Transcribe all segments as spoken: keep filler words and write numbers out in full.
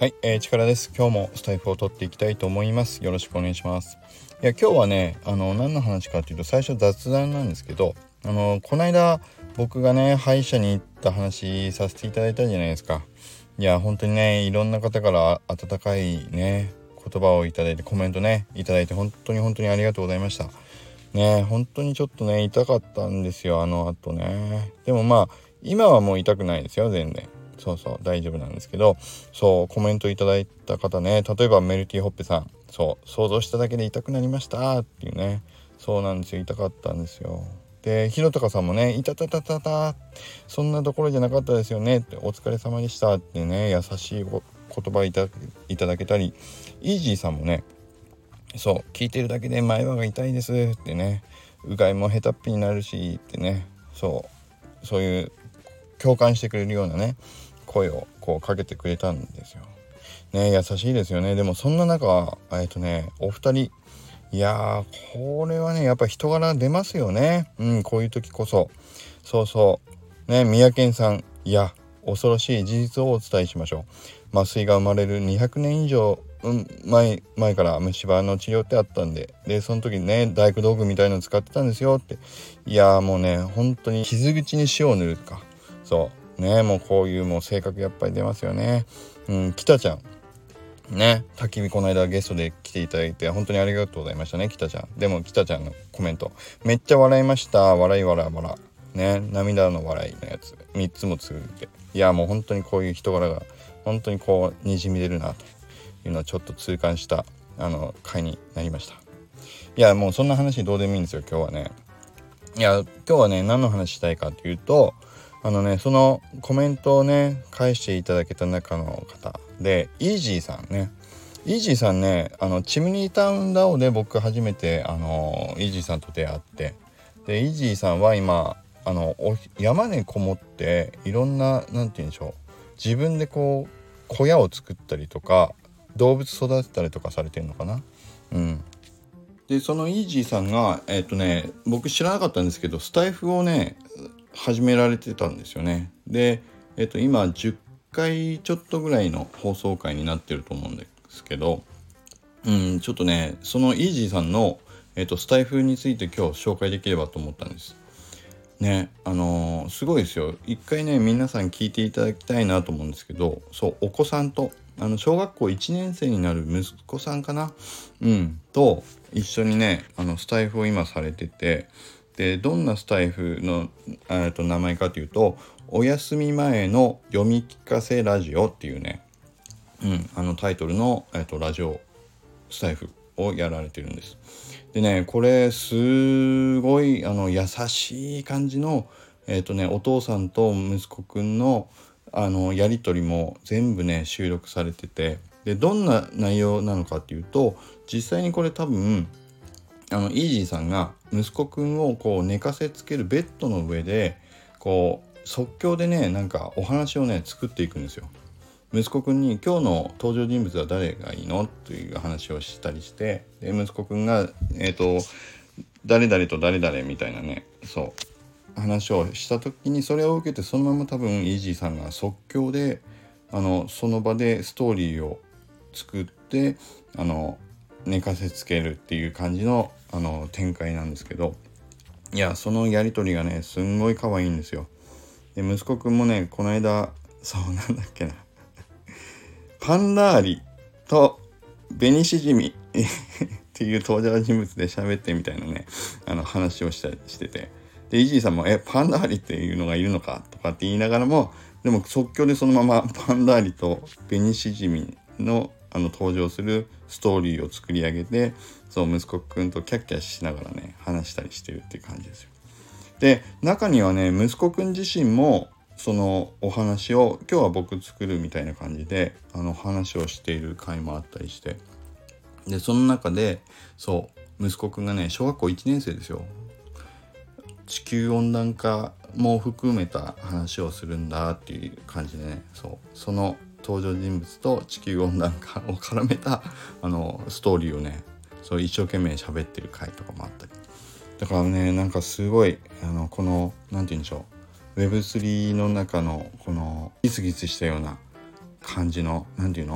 はい、えー、力です。今日もスタイフを取っていきたいと思います。よろしくお願いします。いや、今日はね、あの何の話かというと、最初雑談なんですけど、あのこの間僕がね歯医者に行った話させていただいたじゃないですか。いや、本当にね、いろんな方から温かいね言葉をいただいて、コメントねいただいて、本当に本当にありがとうございました。ね、本当にちょっとね痛かったんですよ、あの後ね。でもまあ今はもう痛くないですよ、全然。そうそう大丈夫なんですけど、そうコメントいただいた方ね、例えばメルティーホッペさん、そう想像しただけで痛くなりましたっていうね。そうなんですよ、痛かったんですよ。で、ひろたかさんもね、いたたたたたそんなところじゃなかったですよねって、お疲れ様でしたってね、優しい言葉いたいただけたり、イージーさんもね、そう聞いてるだけで前歯が痛いですってね、うがいも下手っぴになるしってね、そうそういう共感してくれるようなね声をこうかけてくれたんですよね。優しいですよね。でもそんな中、えっとねお二人、いやーこれはねやっぱ人柄出ますよね。うん、こういう時こそ。そうそうね、宮健さん、いや恐ろしい事実をお伝えしましょう。麻酔が生まれるにひゃくねん以上、うん、前前から虫歯の治療ってあったんで、でその時にね大工道具みたいの使ってたんですよって。いやーもうね本当に傷口に塩を塗るか、そうね、もうこういうもう性格やっぱり出ますよね。うん、北ちゃんね、焚き火この間ゲストで来ていただいて本当にありがとうございましたね、北ちゃん。でも北ちゃんのコメント、めっちゃ笑いました、笑い笑い笑いね、涙の笑いのやつみっつも続いて、いやもう本当にこういう人柄が本当にこうにじみ出るなというのをちょっと痛感したあの回になりました。いやもうそんな話どうでもいいんですよ今日はね。いや今日はね何の話したいかというと、あのねそのコメントをね返していただけた中の方でイージーさんね、イージーさんね、あのチムニータウンダオで僕初めてあのイージーさんと出会って、でイージーさんは今あの山にこもっていろんななんて言うんでしょう、自分でこう小屋を作ったりとか動物育てたりとかされてるのかな。うんでそのイージーさんがえっとね僕知らなかったんですけど、スタイフをね始められてたんですよね。でえっと今じゅっかいちょっとぐらいの放送回になってると思うんですけど、うんちょっとねそのイージーさんのえっとスタイフについて今日紹介できればと思ったんですね。あのー、すごいですよ。一回ね皆さん聞いていただきたいなと思うんですけど、そうお子さんとあの小学校いちねん生になる息子さんかな、うんと一緒にねあのスタイフを今されてて、でどんなスタイフのえと名前かというと、お休み前の読み聞かせラジオっていうね、うん、あのタイトルの、えー、とラジオスタイフをやられてるんです。でねこれすごいあの優しい感じのえっ、ー、とねお父さんと息子くんのあのやり取りも全部ね収録されてて、でどんな内容なのかっていうと、実際にこれ多分あのイージーさんが息子くんをこう寝かせつけるベッドの上でこう即興でねなんかお話をね作っていくんですよ。息子くんに今日の登場人物は誰がいいのという話をしたりして、で息子くんがえっと誰々と誰々みたいなね、そう話をした時にそれを受けてそのまま多分イージーさんが即興であのその場でストーリーを作ってあの寝かせつけるっていう感じのあの展開なんですけど、いやそのやり取りがねすんごい可愛いんですよ。で息子くんもねこの間そうなんだっけなパンダーリとベニシジミっていう登場人物で喋ってみたいなねあの話をしたりしてて、でイージーさんもえパンダーリっていうのがいるのかとかって言いながらも、でも即興でそのままパンダーリとベニシジミのあの登場するストーリーを作り上げて、そう息子くんとキャッキャしながらね話したりしてるっていう感じですよ。で中にはね息子くん自身もそのお話を今日は僕作るみたいな感じであの話をしている回もあったりして、でその中でそう息子くんがね小学校いちねん生ですよ。地球温暖化も含めた話をするんだっていう感じでね、そうその登場人物と地球温暖化を絡めたあのストーリーをねそう一生懸命喋ってる回とかもあったり、だからねなんかすごいあのこのなんて言うんでしょう、 ウェブスリー の中のこのギスギスしたような感じのなんていうの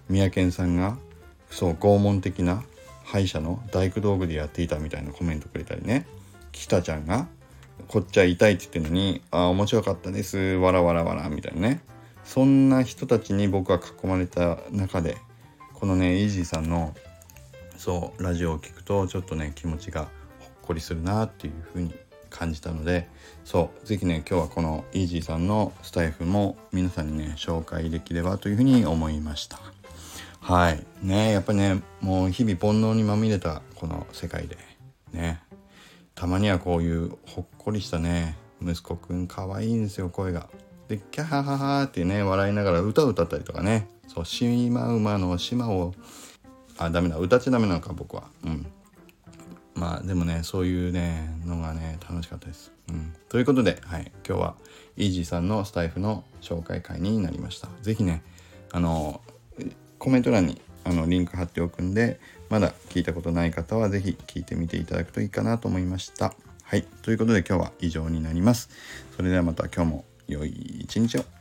三宅さんがそう拷問的な歯医者の大工道具でやっていたみたいなコメントくれたりね、北ちゃんがこっちは痛いって言ってるのに、あ面白かったですわらわらわらみたいなね、そんな人たちに僕は囲まれた中で、このねイージーさんのそうラジオを聞くとちょっとね気持ちがほっこりするなっていう風に感じたので、そうぜひね今日はこのイージーさんのスタイフも皆さんにね紹介できればという風に思いました。はいね、やっぱりねもう日々煩悩にまみれたこの世界でね、たまにはこういうほっこりしたね息子くん可愛いんですよ、声が。でキャハハハってね笑いながら歌を歌ったりとかね、そうシマウマの島をあダメだ歌っちゃダメなのか僕は、うんまあでもねそういうねのがね楽しかったです、うん、ということで、はい、今日はイージーさんのスタイフの紹介会になりました。ぜひねあのコメント欄にあのリンク貼っておくんで、まだ聞いたことない方はぜひ聞いてみていただくといいかなと思いました。はい、ということで今日は以上になります。それではまた今日も良い一日を。